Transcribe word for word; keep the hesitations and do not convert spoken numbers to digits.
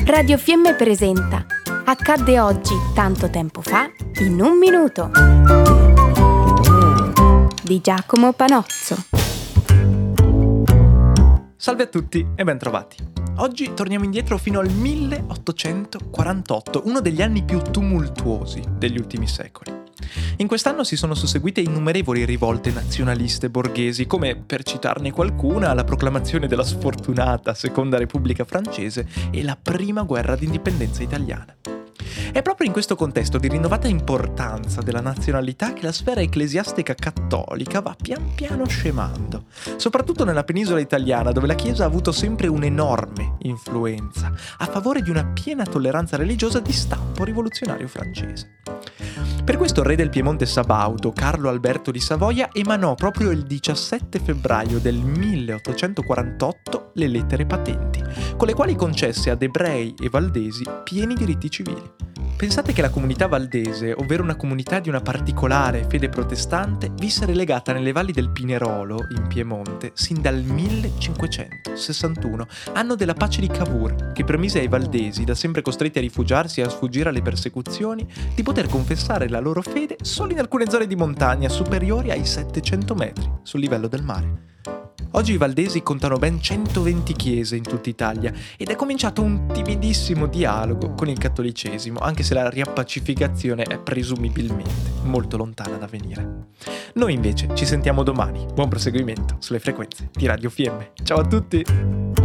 Radio Fiemme presenta Accadde oggi, tanto tempo fa, in un minuto di Giacomo Panozzo. Salve a tutti e ben trovati. Oggi torniamo indietro fino al milleottocentoquarantotto, uno degli anni più tumultuosi degli ultimi secoli. In quest'anno si sono susseguite innumerevoli rivolte nazionaliste borghesi, come, per citarne qualcuna, la proclamazione della sfortunata Seconda Repubblica francese e la prima guerra d'indipendenza italiana. È proprio in questo contesto di rinnovata importanza della nazionalità che la sfera ecclesiastica cattolica va pian piano scemando, soprattutto nella penisola italiana, dove la Chiesa ha avuto sempre un'enorme influenza a favore di una piena tolleranza religiosa di stampo rivoluzionario francese. Per questo il re del Piemonte sabaudo, Carlo Alberto di Savoia, emanò proprio il diciassette febbraio del milleottocentoquarantotto le lettere patenti, con le quali concesse ad ebrei e valdesi pieni diritti civili. Pensate che la comunità valdese, ovvero una comunità di una particolare fede protestante, visse relegata nelle valli del Pinerolo, in Piemonte, sin dal millecinquecentosessantuno, anno della pace di Cavour, che permise ai valdesi, da sempre costretti a rifugiarsi e a sfuggire alle persecuzioni, di poter confessare la loro fede solo in alcune zone di montagna superiori ai settecento metri sul livello del mare. Oggi i valdesi contano ben centoventi chiese in tutta Italia ed è cominciato un timidissimo dialogo con il cattolicesimo, anche se la riappacificazione è presumibilmente molto lontana da venire. Noi invece ci sentiamo domani. Buon proseguimento sulle frequenze di Radio Fiemme. Ciao a tutti!